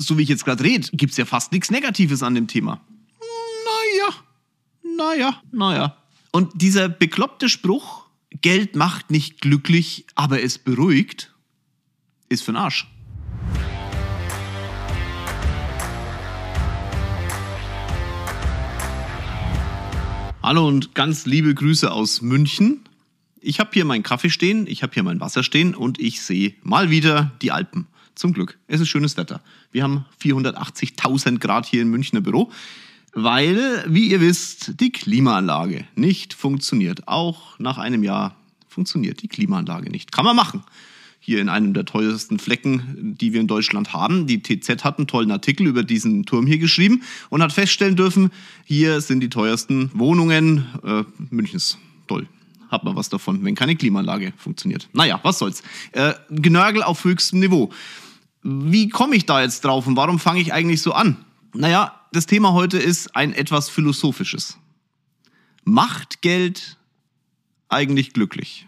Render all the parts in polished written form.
so wie ich jetzt gerade rede, gibt es ja fast nichts Negatives an dem Thema. Naja. Und dieser bekloppte Spruch, Geld macht nicht glücklich, aber es beruhigt, ist für den Arsch. Hallo und ganz liebe Grüße aus München. Ich habe hier meinen Kaffee stehen, ich habe hier mein Wasser stehen und ich sehe mal wieder die Alpen. Zum Glück, es ist schönes Wetter. Wir haben 480.000 Grad hier im Münchner Büro, weil, wie ihr wisst, die Klimaanlage nicht funktioniert. Auch nach einem Jahr funktioniert die Klimaanlage nicht. Kann man machen. Hier in einem der teuersten Flecken, die wir in Deutschland haben. Die TZ hat einen tollen Artikel über diesen Turm hier geschrieben und hat feststellen dürfen, hier sind die teuersten Wohnungen Münchens. Toll. Hat man was davon, wenn keine Klimaanlage funktioniert. Naja, was soll's. Genörgel auf höchstem Niveau. Wie komme ich da jetzt drauf und warum fange ich eigentlich so an? Naja, das Thema heute ist ein etwas philosophisches. Macht Geld eigentlich glücklich?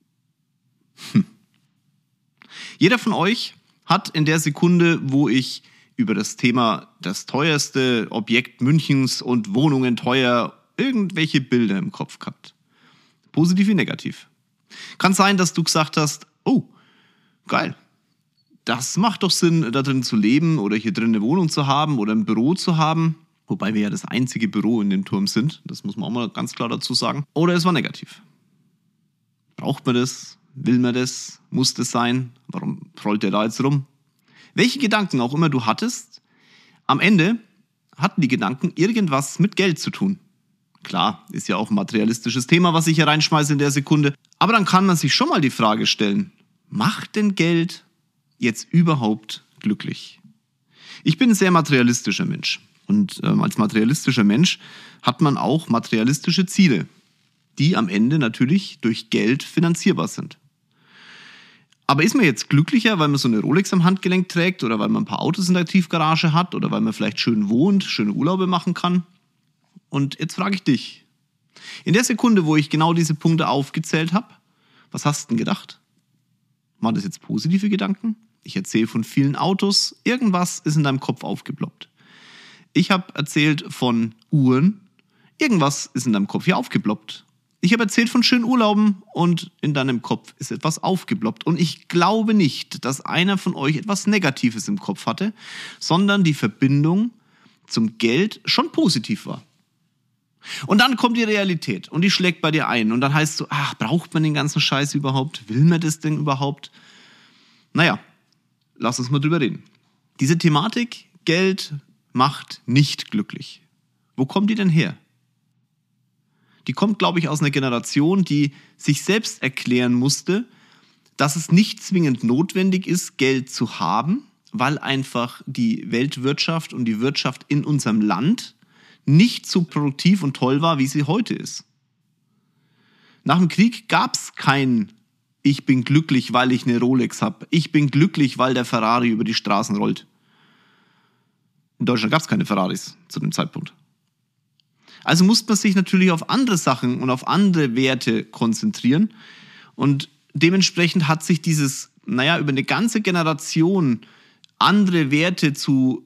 Jeder von euch hat in der Sekunde, wo ich über das Thema das teuerste Objekt Münchens und Wohnungen teuer, irgendwelche Bilder im Kopf gehabt. Positiv wie negativ. Kann sein, dass du gesagt hast, oh, geil, das macht doch Sinn, da drin zu leben oder hier drin eine Wohnung zu haben oder ein Büro zu haben. Wobei wir ja das einzige Büro in dem Turm sind, das muss man auch mal ganz klar dazu sagen. Oder es war negativ. Braucht man das? Will man das? Muss das sein? Warum rollt der da jetzt rum? Welche Gedanken auch immer du hattest, am Ende hatten die Gedanken irgendwas mit Geld zu tun. Klar, ist ja auch ein materialistisches Thema, was ich hier reinschmeiße in der Sekunde. Aber dann kann man sich schon mal die Frage stellen, macht denn Geld jetzt überhaupt glücklich? Ich bin ein sehr materialistischer Mensch. Und als materialistischer Mensch hat man auch materialistische Ziele, die am Ende natürlich durch Geld finanzierbar sind. Aber ist man jetzt glücklicher, weil man so eine Rolex am Handgelenk trägt oder weil man ein paar Autos in der Tiefgarage hat oder weil man vielleicht schön wohnt, schöne Urlaube machen kann? Und jetzt frage ich dich, in der Sekunde, wo ich genau diese Punkte aufgezählt habe, was hast du denn gedacht? Waren das jetzt positive Gedanken? Ich erzähle von vielen Autos, irgendwas ist in deinem Kopf aufgeploppt. Ich habe erzählt von Uhren, irgendwas ist in deinem Kopf hier aufgeploppt. Ich habe erzählt von schönen Urlauben und in deinem Kopf ist etwas aufgeploppt. Und ich glaube nicht, dass einer von euch etwas Negatives im Kopf hatte, sondern die Verbindung zum Geld schon positiv war. Und dann kommt die Realität und die schlägt bei dir ein. Und dann heißt es so, braucht man den ganzen Scheiß überhaupt? Will man das denn überhaupt? Naja, lass uns mal drüber reden. Diese Thematik, Geld macht nicht glücklich. Wo kommt die denn her? Die kommt, glaube ich, aus einer Generation, die sich selbst erklären musste, dass es nicht zwingend notwendig ist, Geld zu haben, weil einfach die Weltwirtschaft und die Wirtschaft in unserem Land nicht so produktiv und toll war, wie sie heute ist. Nach dem Krieg gab es kein Ich bin glücklich, weil ich eine Rolex habe. Ich bin glücklich, weil der Ferrari über die Straßen rollt. In Deutschland gab es keine Ferraris zu dem Zeitpunkt. Also muss man sich natürlich auf andere Sachen und auf andere Werte konzentrieren. Und dementsprechend hat sich dieses, über eine ganze Generation andere Werte zu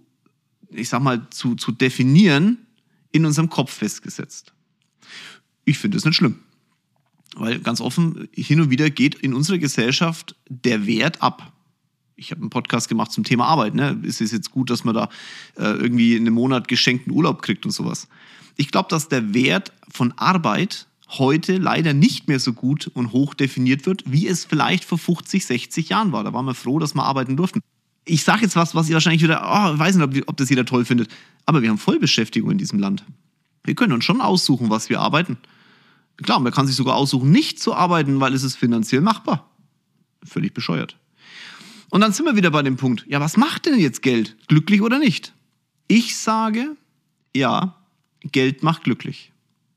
definieren, in unserem Kopf festgesetzt. Ich finde es nicht schlimm. Weil ganz offen, hin und wieder geht in unserer Gesellschaft der Wert ab. Ich habe einen Podcast gemacht zum Thema Arbeit. Ist es jetzt gut, dass man da irgendwie in einem Monat geschenkten Urlaub kriegt und sowas? Ich glaube, dass der Wert von Arbeit heute leider nicht mehr so gut und hoch definiert wird, wie es vielleicht vor 50, 60 Jahren war. Da waren wir froh, dass wir arbeiten durften. Ich sage jetzt was ihr wahrscheinlich wieder, ich weiß nicht, ob das jeder toll findet, aber wir haben Vollbeschäftigung in diesem Land. Wir können uns schon aussuchen, was wir arbeiten. Klar, man kann sich sogar aussuchen, nicht zu arbeiten, weil es ist finanziell machbar. Völlig bescheuert. Und dann sind wir wieder bei dem Punkt, was macht denn jetzt Geld? Glücklich oder nicht? Ich sage, ja, Geld macht glücklich.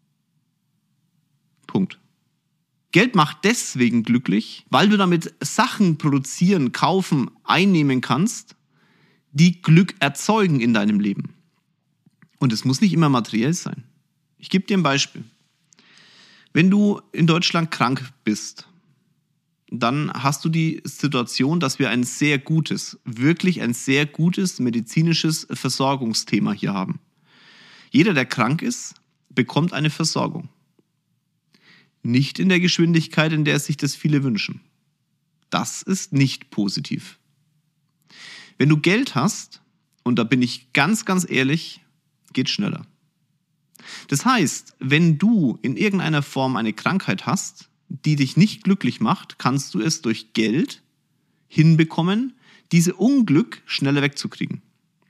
Punkt. Geld macht deswegen glücklich, weil du damit Sachen produzieren, kaufen, einnehmen kannst, die Glück erzeugen in deinem Leben. Und es muss nicht immer materiell sein. Ich gebe dir ein Beispiel. Wenn du in Deutschland krank bist, dann hast du die Situation, dass wir wirklich ein sehr gutes medizinisches Versorgungsthema hier haben. Jeder, der krank ist, bekommt eine Versorgung. Nicht in der Geschwindigkeit, in der sich das viele wünschen. Das ist nicht positiv. Wenn du Geld hast, und da bin ich ganz, ganz ehrlich, geht schneller. Das heißt, wenn du in irgendeiner Form eine Krankheit hast, die dich nicht glücklich macht, kannst du es durch Geld hinbekommen, diese Unglück schneller wegzukriegen.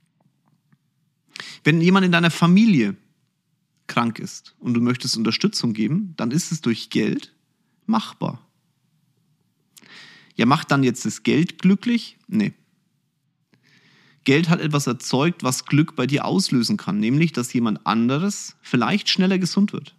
Wenn jemand in deiner Familie krank ist und du möchtest Unterstützung geben, dann ist es durch Geld machbar. Ja, macht dann jetzt das Geld glücklich? Nee. Geld hat etwas erzeugt, was Glück bei dir auslösen kann, nämlich, dass jemand anderes vielleicht schneller gesund wird.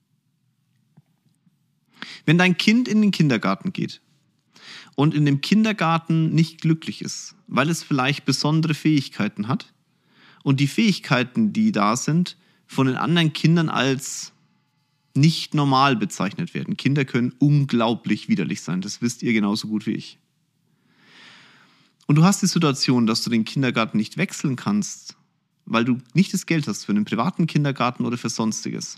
Wenn dein Kind in den Kindergarten geht und in dem Kindergarten nicht glücklich ist, weil es vielleicht besondere Fähigkeiten hat und die Fähigkeiten, die da sind, von den anderen Kindern als nicht normal bezeichnet werden. Kinder können unglaublich widerlich sein, das wisst ihr genauso gut wie ich. Und du hast die Situation, dass du den Kindergarten nicht wechseln kannst, weil du nicht das Geld hast für einen privaten Kindergarten oder für Sonstiges.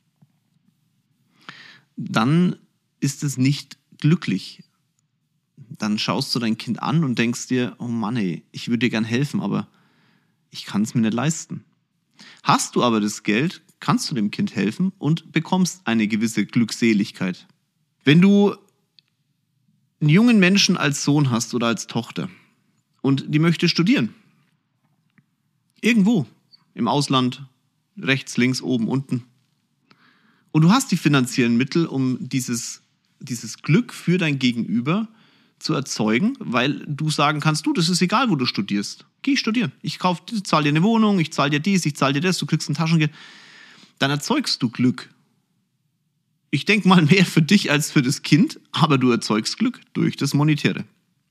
Dann ist es nicht glücklich. Dann schaust du dein Kind an und denkst dir, oh Mann ey, ich würde dir gern helfen, aber ich kann es mir nicht leisten. Hast du aber das Geld, kannst du dem Kind helfen und bekommst eine gewisse Glückseligkeit. Wenn du einen jungen Menschen als Sohn hast oder als Tochter und die möchte studieren, irgendwo im Ausland, rechts, links, oben, unten, und du hast die finanziellen Mittel, um dieses Glück für dein Gegenüber zu erzeugen, weil du sagen kannst, das ist egal, wo du studierst. Geh studieren. Ich zahle dir eine Wohnung, ich zahle dir dies, ich zahle dir das, du kriegst ein Taschengeld. Dann erzeugst du Glück. Ich denke mal mehr für dich als für das Kind, aber du erzeugst Glück durch das Monetäre.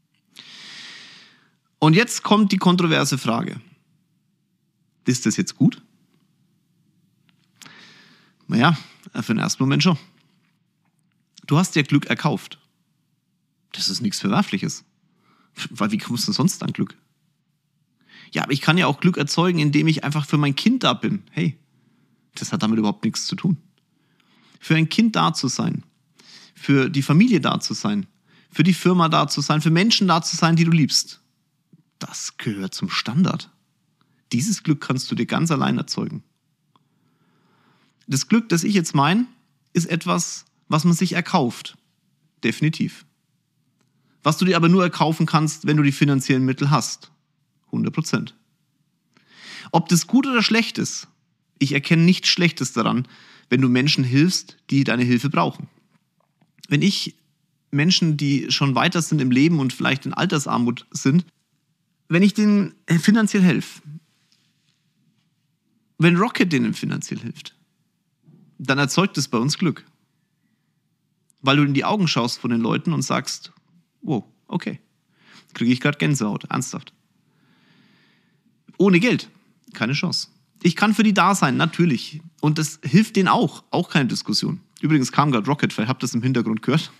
Und jetzt kommt die kontroverse Frage. Ist das jetzt gut? Naja, für den ersten Moment schon. Du hast dir Glück erkauft. Das ist nichts Verwerfliches. Weil wie kommst du sonst an Glück? Ja, aber ich kann ja auch Glück erzeugen, indem ich einfach für mein Kind da bin. Hey, das hat damit überhaupt nichts zu tun. Für ein Kind da zu sein, für die Familie da zu sein, für die Firma da zu sein, für Menschen da zu sein, die du liebst. Das gehört zum Standard. Dieses Glück kannst du dir ganz allein erzeugen. Das Glück, das ich jetzt meine, ist etwas, was man sich erkauft. Definitiv. Was du dir aber nur erkaufen kannst, wenn du die finanziellen Mittel hast. 100%. Ob das gut oder schlecht ist, ich erkenne nichts Schlechtes daran, wenn du Menschen hilfst, die deine Hilfe brauchen. Wenn ich Menschen, die schon weiter sind im Leben und vielleicht in Altersarmut sind, wenn ich denen finanziell helfe, wenn Rocket denen finanziell hilft, dann erzeugt es bei uns Glück. Weil du in die Augen schaust von den Leuten und sagst, wow, okay, kriege ich gerade Gänsehaut, ernsthaft. Ohne Geld, keine Chance. Ich kann für die da sein, natürlich. Und das hilft denen auch keine Diskussion. Übrigens kam gerade Rocket, vielleicht habt ihr das im Hintergrund gehört.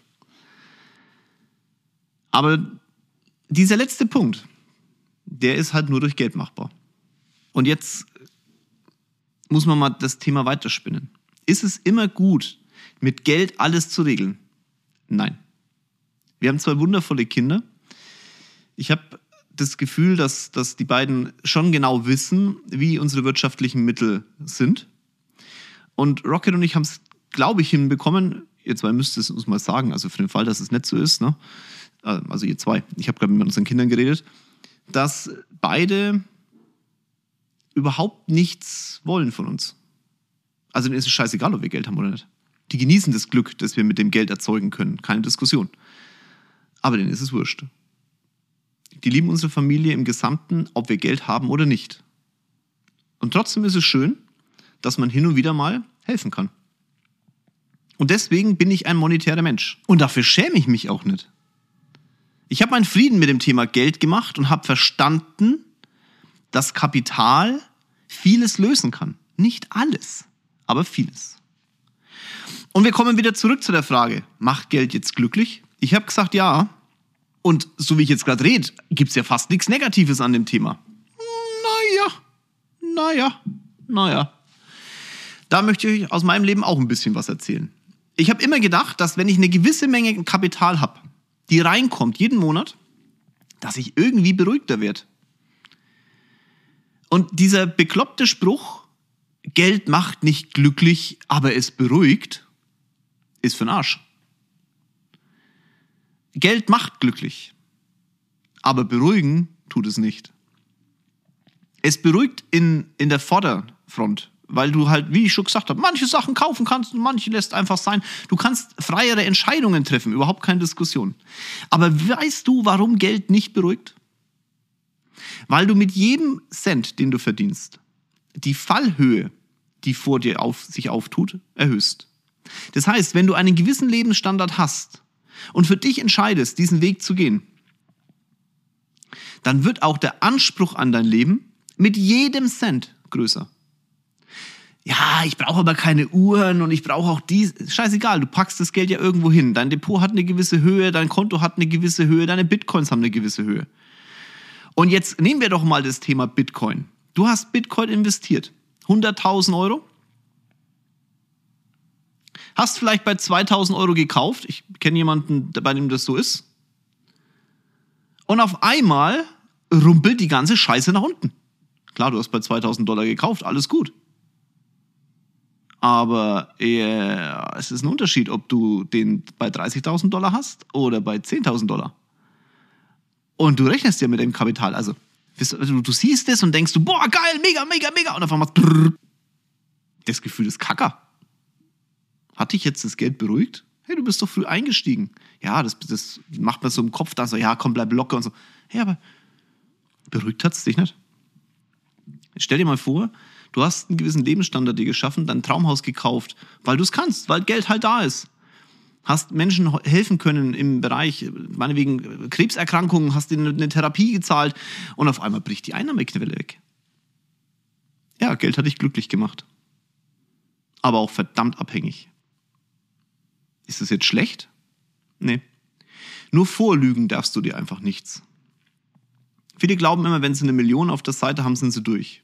Aber dieser letzte Punkt, der ist halt nur durch Geld machbar. Und jetzt muss man mal das Thema weiterspinnen. Ist es immer gut, mit Geld alles zu regeln? Nein. Wir haben 2 wundervolle Kinder. Ich habe das Gefühl, dass die beiden schon genau wissen, wie unsere wirtschaftlichen Mittel sind. Und Rocket und ich haben es, glaube ich, hinbekommen. Ihr zwei müsst es uns mal sagen, also für den Fall, dass es nicht so ist, ne? Also ihr zwei, ich habe gerade mit unseren Kindern geredet, dass beide überhaupt nichts wollen von uns. Also denen ist es scheißegal, ob wir Geld haben oder nicht. Die genießen das Glück, das wir mit dem Geld erzeugen können. Keine Diskussion. Aber denen ist es wurscht. Die lieben unsere Familie im Gesamten, ob wir Geld haben oder nicht. Und trotzdem ist es schön, dass man hin und wieder mal helfen kann. Und deswegen bin ich ein monetärer Mensch. Und dafür schäme ich mich auch nicht. Ich habe meinen Frieden mit dem Thema Geld gemacht und habe verstanden, dass Kapital vieles lösen kann. Nicht alles, aber vieles. Und wir kommen wieder zurück zu der Frage, macht Geld jetzt glücklich? Ich habe gesagt, ja. Und so wie ich jetzt gerade rede, gibt es ja fast nichts Negatives an dem Thema. Naja. Da möchte ich euch aus meinem Leben auch ein bisschen was erzählen. Ich habe immer gedacht, dass wenn ich eine gewisse Menge Kapital habe, die reinkommt jeden Monat, dass ich irgendwie beruhigter werde. Und dieser bekloppte Spruch, Geld macht nicht glücklich, aber es beruhigt, ist für den Arsch. Geld macht glücklich, aber beruhigen tut es nicht. Es beruhigt in der Vorderfront, weil du halt, wie ich schon gesagt habe, manche Sachen kaufen kannst und manche lässt einfach sein. Du kannst freiere Entscheidungen treffen, überhaupt keine Diskussion. Aber weißt du, warum Geld nicht beruhigt? Weil du mit jedem Cent, den du verdienst, die Fallhöhe, die vor dir sich auftut, erhöhst. Das heißt, wenn du einen gewissen Lebensstandard hast und für dich entscheidest, diesen Weg zu gehen, dann wird auch der Anspruch an dein Leben mit jedem Cent größer. Ja, ich brauche aber keine Uhren und ich brauche auch dies. Scheißegal, du packst das Geld ja irgendwo hin. Dein Depot hat eine gewisse Höhe, dein Konto hat eine gewisse Höhe, deine Bitcoins haben eine gewisse Höhe. Und jetzt nehmen wir doch mal das Thema Bitcoin. Du hast Bitcoin investiert. 100.000 Euro. Hast vielleicht bei 2.000 Euro gekauft. Ich kenne jemanden, bei dem das so ist. Und auf einmal rumpelt die ganze Scheiße nach unten. Klar, du hast bei 2.000 Dollar gekauft, alles gut. Aber es ist ein Unterschied, ob du den bei 30.000 Dollar hast oder bei 10.000 Dollar. Und du rechnest ja mit dem Kapital. Also du siehst es und denkst du, boah, geil, mega. Und auf einmal das Gefühl ist Kacker. Hat dich jetzt das Geld beruhigt? Hey, du bist doch früh eingestiegen. Ja, das macht man so im Kopf dann so, ja, komm, bleib locker und so. Hey, aber beruhigt hat es dich nicht. Stell dir mal vor, du hast einen gewissen Lebensstandard dir geschaffen, dein Traumhaus gekauft, weil du es kannst, weil Geld halt da ist. Hast Menschen helfen können im Bereich, meinetwegen Krebserkrankungen, hast ihnen eine Therapie gezahlt und auf einmal bricht die Einnahmequelle weg. Ja, Geld hat dich glücklich gemacht. Aber auch verdammt abhängig. Ist das jetzt schlecht? Nee. Nur vorlügen darfst du dir einfach nichts. Viele glauben immer, wenn sie 1 Million auf der Seite haben, sind sie durch.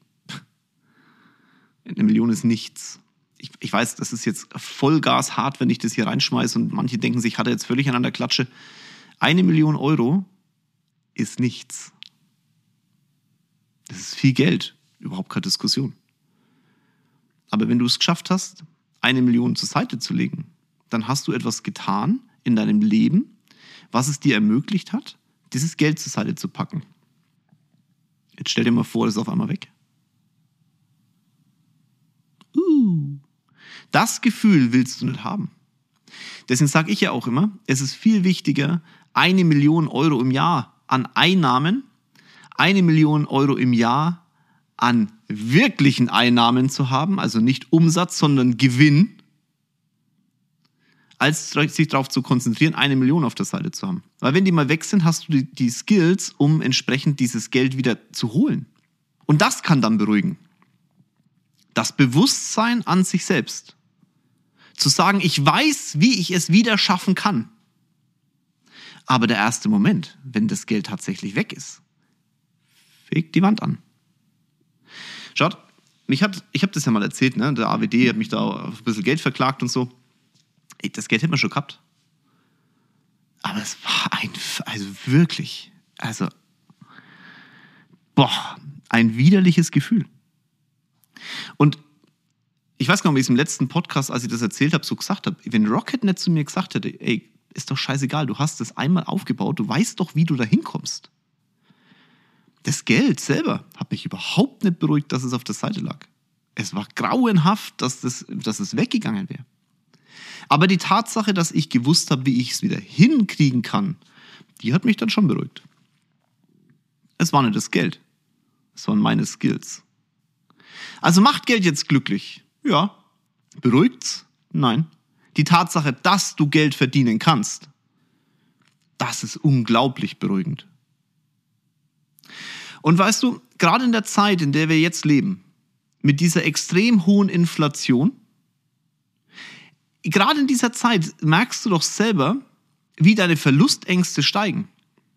1 Million ist nichts. Ich weiß, das ist jetzt Vollgas hart, wenn ich das hier reinschmeiße und manche denken sich, hat er jetzt völlig an der Klatsche. 1 Million Euro ist nichts. Das ist viel Geld. Überhaupt keine Diskussion. Aber wenn du es geschafft hast, 1 Million zur Seite zu legen, dann hast du etwas getan in deinem Leben, was es dir ermöglicht hat, dieses Geld zur Seite zu packen. Jetzt stell dir mal vor, das ist auf einmal weg. Das Gefühl willst du nicht haben. Deswegen sage ich ja auch immer, es ist viel wichtiger, 1 Million Euro im Jahr an Einnahmen, 1 Million Euro im Jahr an wirklichen Einnahmen zu haben, also nicht Umsatz, sondern Gewinn, als sich darauf zu konzentrieren, 1 Million auf der Seite zu haben. Weil wenn die mal weg sind, hast du die Skills, um entsprechend dieses Geld wieder zu holen. Und das kann dann beruhigen. Das Bewusstsein an sich selbst. Zu sagen, ich weiß, wie ich es wieder schaffen kann. Aber der erste Moment, wenn das Geld tatsächlich weg ist, fegt die Wand an. Schaut, ich hab das ja mal erzählt, ne? Der AWD hat mich da auf ein bisschen Geld verklagt und so. Das Geld hätte man schon gehabt. Aber es war ein widerliches Gefühl. Und ich weiß gar nicht, ob ich es im letzten Podcast, als ich das erzählt habe, so gesagt habe, wenn Rocket nicht zu mir gesagt hätte, ey, ist doch scheißegal, du hast das einmal aufgebaut, du weißt doch, wie du da hinkommst. Das Geld selber hat mich überhaupt nicht beruhigt, dass es auf der Seite lag. Es war grauenhaft, dass es weggegangen wäre. Aber die Tatsache, dass ich gewusst habe, wie ich es wieder hinkriegen kann, die hat mich dann schon beruhigt. Es war nicht das Geld, es waren meine Skills. Also macht Geld jetzt glücklich? Ja. Beruhigt's? Nein. Die Tatsache, dass du Geld verdienen kannst, das ist unglaublich beruhigend. Und weißt du, gerade in der Zeit, in der wir jetzt leben, mit dieser extrem hohen Inflation, gerade in dieser Zeit merkst du doch selber, wie deine Verlustängste steigen.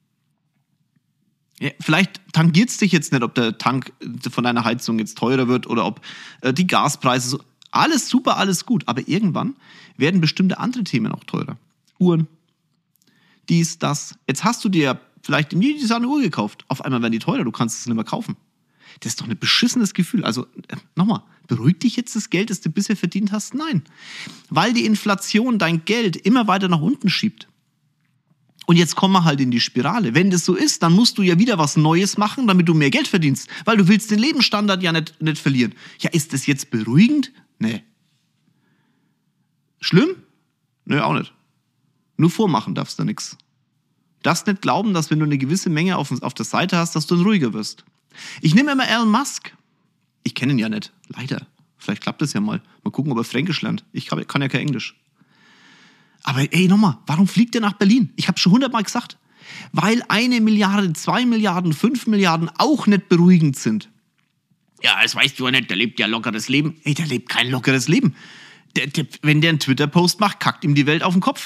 Ja, vielleicht tangiert es dich jetzt nicht, ob der Tank von deiner Heizung jetzt teurer wird oder ob die Gaspreise so. Alles super, alles gut. Aber irgendwann werden bestimmte andere Themen auch teurer. Uhren, dies, das. Jetzt hast du dir ja vielleicht im Jahr eine Uhr gekauft. Auf einmal werden die teurer, du kannst es nicht mehr kaufen. Das ist doch ein beschissenes Gefühl. Also nochmal, beruhigt dich jetzt das Geld, das du bisher verdient hast? Nein. Weil die Inflation dein Geld immer weiter nach unten schiebt. Und jetzt kommen wir halt in die Spirale. Wenn das so ist, dann musst du ja wieder was Neues machen, damit du mehr Geld verdienst. Weil du willst den Lebensstandard ja nicht verlieren. Ja, ist das jetzt beruhigend? Nee. Schlimm? Nö, auch nicht. Nur vormachen darfst du nichts. Du darfst nicht glauben, dass wenn du eine gewisse Menge auf der Seite hast, dass du dann ruhiger wirst. Ich nehme immer Elon Musk. Ich kenne ihn ja nicht. Leider. Vielleicht klappt das ja mal. Mal gucken, ob er Fränkisch lernt. Ich kann ja kein Englisch. Aber ey, nochmal, warum fliegt er nach Berlin? Ich habe schon 100-mal gesagt. Weil 1 Milliarde, 2 Milliarden, 5 Milliarden auch nicht beruhigend sind. Ja, das weißt du ja nicht, der lebt ja lockeres Leben. Ey, der lebt kein lockeres Leben. Wenn der einen Twitter-Post macht, kackt ihm die Welt auf den Kopf.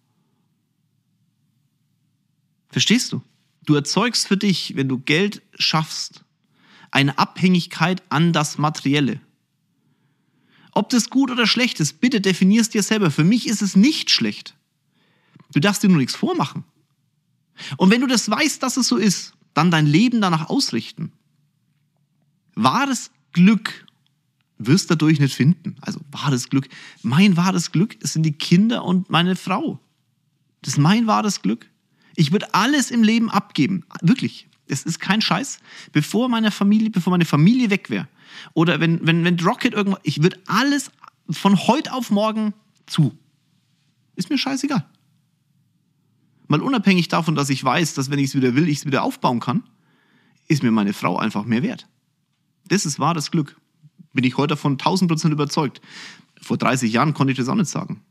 Verstehst du? Du erzeugst für dich, wenn du Geld schaffst, eine Abhängigkeit an das Materielle. Ob das gut oder schlecht ist, bitte definier es dir selber. Für mich ist es nicht schlecht. Du darfst dir nur nichts vormachen. Und wenn du das weißt, dass es so ist, dann dein Leben danach ausrichten. Wahres Glück wirst du dadurch nicht finden. Also wahres Glück. Mein wahres Glück sind die Kinder und meine Frau. Das ist mein wahres Glück. Ich würde alles im Leben abgeben. Wirklich. Es ist kein Scheiß. Bevor meine Familie weg wäre. Oder wenn Rocket irgendwas, ich würde alles von heute auf morgen zu. Ist mir scheißegal. Mal unabhängig davon, dass ich weiß, dass wenn ich es wieder will, ich es wieder aufbauen kann, ist mir meine Frau einfach mehr wert. Das ist wahres Glück. Bin ich heute davon 1000% überzeugt. Vor 30 Jahren konnte ich das auch nicht sagen.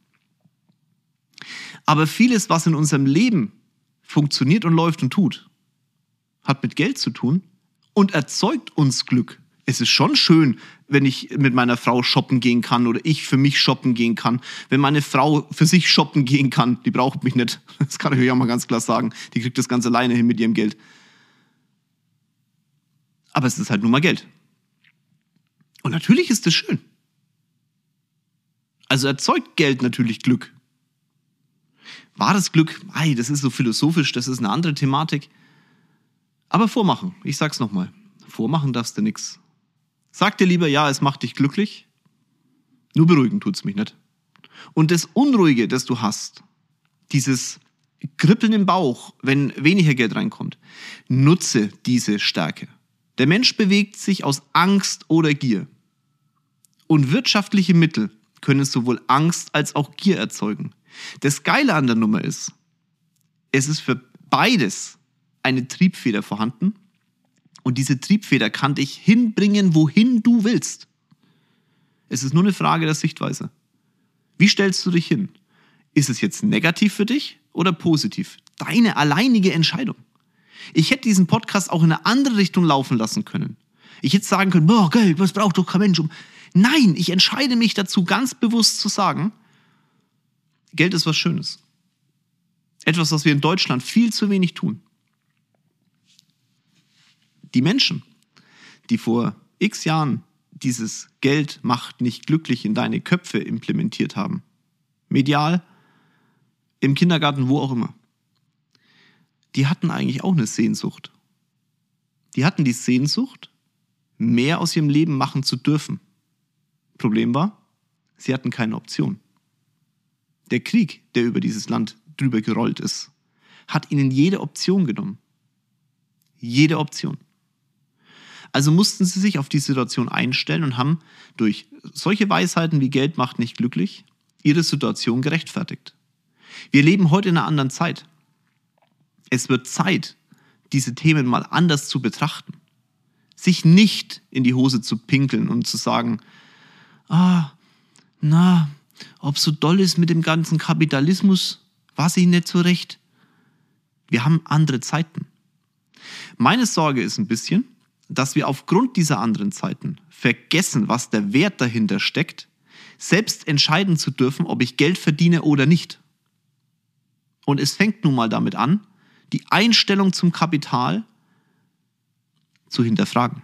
Aber vieles, was in unserem Leben funktioniert und läuft und tut, hat mit Geld zu tun und erzeugt uns Glück. Es ist schon schön, wenn ich mit meiner Frau shoppen gehen kann oder ich für mich shoppen gehen kann. Wenn meine Frau für sich shoppen gehen kann, die braucht mich nicht. Das kann ich euch auch mal ganz klar sagen. Die kriegt das ganz alleine hin mit ihrem Geld. Aber es ist halt nur mal Geld. Und natürlich ist es schön. Also erzeugt Geld natürlich Glück. Wahres Glück, das ist so philosophisch, das ist eine andere Thematik. Aber vormachen, ich sag's nochmal, vormachen darfst du nix. Sag dir lieber, ja, es macht dich glücklich, nur beruhigen tut's mich nicht. Und das Unruhige, das du hast, dieses Kribbeln im Bauch, wenn weniger Geld reinkommt, nutze diese Stärke. Der Mensch bewegt sich aus Angst oder Gier. Und wirtschaftliche Mittel können sowohl Angst als auch Gier erzeugen. Das Geile an der Nummer ist, es ist für beides eine Triebfeder vorhanden und diese Triebfeder kann dich hinbringen, wohin du willst. Es ist nur eine Frage der Sichtweise. Wie stellst du dich hin? Ist es jetzt negativ für dich oder positiv? Deine alleinige Entscheidung. Ich hätte diesen Podcast auch in eine andere Richtung laufen lassen können. Ich hätte sagen können, boah, Geld, was braucht doch kein Mensch? Nein, ich entscheide mich dazu, ganz bewusst zu sagen, Geld ist was Schönes. Etwas, was wir in Deutschland viel zu wenig tun. Die Menschen, die vor x Jahren dieses Geld macht nicht glücklich in deine Köpfe implementiert haben, medial, im Kindergarten, wo auch immer, die hatten eigentlich auch eine Sehnsucht. Die hatten die Sehnsucht, mehr aus ihrem Leben machen zu dürfen. Problem war, sie hatten keine Option. Der Krieg, der über dieses Land drüber gerollt ist, hat ihnen jede Option genommen. Jede Option. Also mussten sie sich auf die Situation einstellen und haben durch solche Weisheiten wie Geld macht nicht glücklich ihre Situation gerechtfertigt. Wir leben heute in einer anderen Zeit. Es wird Zeit, diese Themen mal anders zu betrachten. Sich nicht in die Hose zu pinkeln und zu sagen, ob so doll ist mit dem ganzen Kapitalismus, weiß ich nicht so recht. Wir haben andere Zeiten. Meine Sorge ist ein bisschen, dass wir aufgrund dieser anderen Zeiten vergessen, was der Wert dahinter steckt, selbst entscheiden zu dürfen, ob ich Geld verdiene oder nicht. Und es fängt nun mal damit an, die Einstellung zum Kapital zu hinterfragen.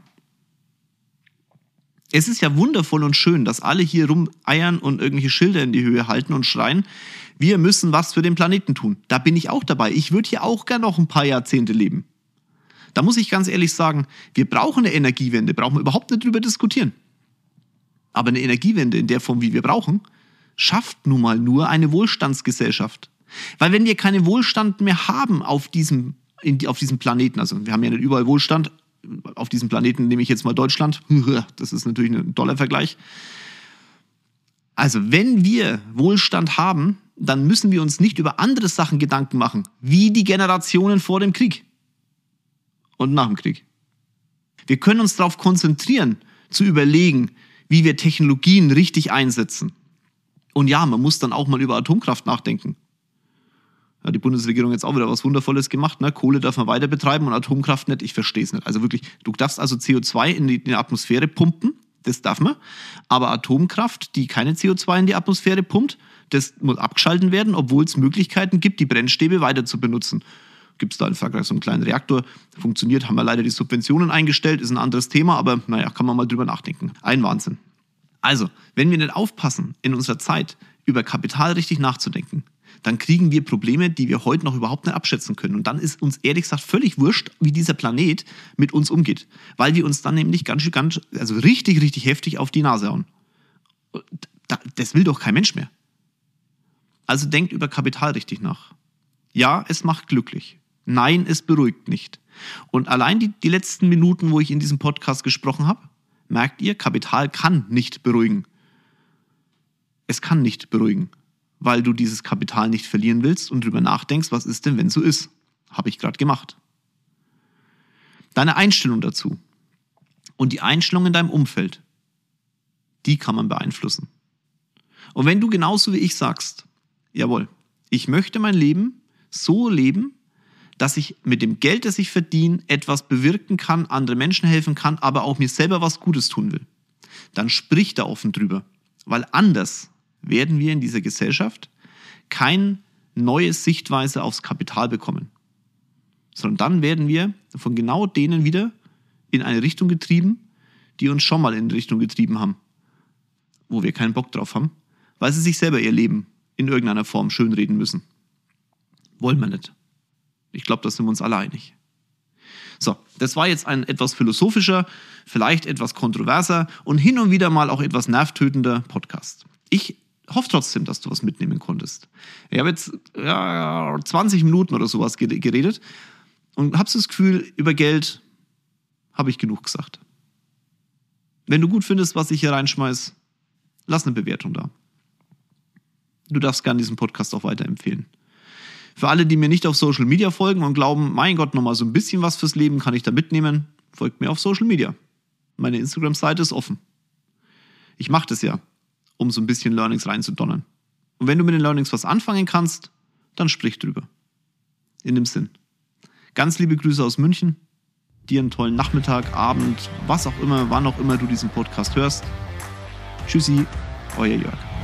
Es ist ja wundervoll und schön, dass alle hier rumeiern und irgendwelche Schilder in die Höhe halten und schreien, wir müssen was für den Planeten tun. Da bin ich auch dabei. Ich würde hier auch gerne noch ein paar Jahrzehnte leben. Da muss ich ganz ehrlich sagen, wir brauchen eine Energiewende, brauchen wir überhaupt nicht drüber diskutieren. Aber eine Energiewende in der Form, wie wir brauchen, schafft nun mal nur eine Wohlstandsgesellschaft. Weil wenn wir keinen Wohlstand mehr haben auf diesem Planeten, also wir haben ja nicht überall Wohlstand, auf diesem Planeten nehme ich jetzt mal Deutschland, das ist natürlich ein toller Vergleich. Also wenn wir Wohlstand haben, dann müssen wir uns nicht über andere Sachen Gedanken machen, wie die Generationen vor dem Krieg und nach dem Krieg. Wir können uns darauf konzentrieren, zu überlegen, wie wir Technologien richtig einsetzen. Und ja, man muss dann auch mal über Atomkraft nachdenken. Ja, die Bundesregierung hat jetzt auch wieder was Wundervolles gemacht. Ne? Kohle darf man weiter betreiben und Atomkraft nicht. Ich verstehe es nicht. Also wirklich, du darfst also CO2 in die Atmosphäre pumpen. Das darf man. Aber Atomkraft, die keine CO2 in die Atmosphäre pumpt, das muss abgeschalten werden, obwohl es Möglichkeiten gibt, die Brennstäbe weiter zu benutzen. Gibt es da in Frankreich so einen kleinen Reaktor, funktioniert, haben wir leider die Subventionen eingestellt, ist ein anderes Thema, aber naja, kann man mal drüber nachdenken. Ein Wahnsinn. Also, wenn wir nicht aufpassen, in unserer Zeit über Kapital richtig nachzudenken, dann kriegen wir Probleme, die wir heute noch überhaupt nicht abschätzen können. Und dann ist uns ehrlich gesagt völlig wurscht, wie dieser Planet mit uns umgeht. Weil wir uns dann nämlich also richtig heftig auf die Nase hauen. Das will doch kein Mensch mehr. Also denkt über Kapital richtig nach. Ja, es macht glücklich. Nein, es beruhigt nicht. Und allein die letzten Minuten, wo ich in diesem Podcast gesprochen habe, merkt ihr, Kapital kann nicht beruhigen. Es kann nicht beruhigen, weil du dieses Kapital nicht verlieren willst und drüber nachdenkst, was ist denn, wenn es so ist? Habe ich gerade gemacht. Deine Einstellung dazu und die Einstellung in deinem Umfeld, die kann man beeinflussen. Und wenn du genauso wie ich sagst, jawohl, ich möchte mein Leben so leben, dass ich mit dem Geld, das ich verdiene, etwas bewirken kann, andere Menschen helfen kann, aber auch mir selber was Gutes tun will, dann sprich da offen drüber. Weil anders werden wir in dieser Gesellschaft keine neue Sichtweise aufs Kapital bekommen. Sondern dann werden wir von genau denen wieder in eine Richtung getrieben, die uns schon mal in eine Richtung getrieben haben, wo wir keinen Bock drauf haben, weil sie sich selber ihr Leben in irgendeiner Form schönreden müssen. Wollen wir nicht. Ich glaube, da sind wir uns alle einig. So, das war jetzt ein etwas philosophischer, vielleicht etwas kontroverser und hin und wieder mal auch etwas nervtötender Podcast. Ich hoffe trotzdem, dass du was mitnehmen konntest. Ich habe jetzt 20 Minuten oder sowas geredet und habe das Gefühl, über Geld habe ich genug gesagt. Wenn du gut findest, was ich hier reinschmeiß, lass eine Bewertung da. Du darfst gerne diesen Podcast auch weiterempfehlen. Für alle, die mir nicht auf Social Media folgen und glauben, mein Gott, nochmal so ein bisschen was fürs Leben kann ich da mitnehmen, folgt mir auf Social Media. Meine Instagram-Seite ist offen. Ich mache das ja, um so ein bisschen Learnings reinzudonnern. Und wenn du mit den Learnings was anfangen kannst, dann sprich drüber. In dem Sinn. Ganz liebe Grüße aus München. Dir einen tollen Nachmittag, Abend, was auch immer, wann auch immer du diesen Podcast hörst. Tschüssi, euer Jörg.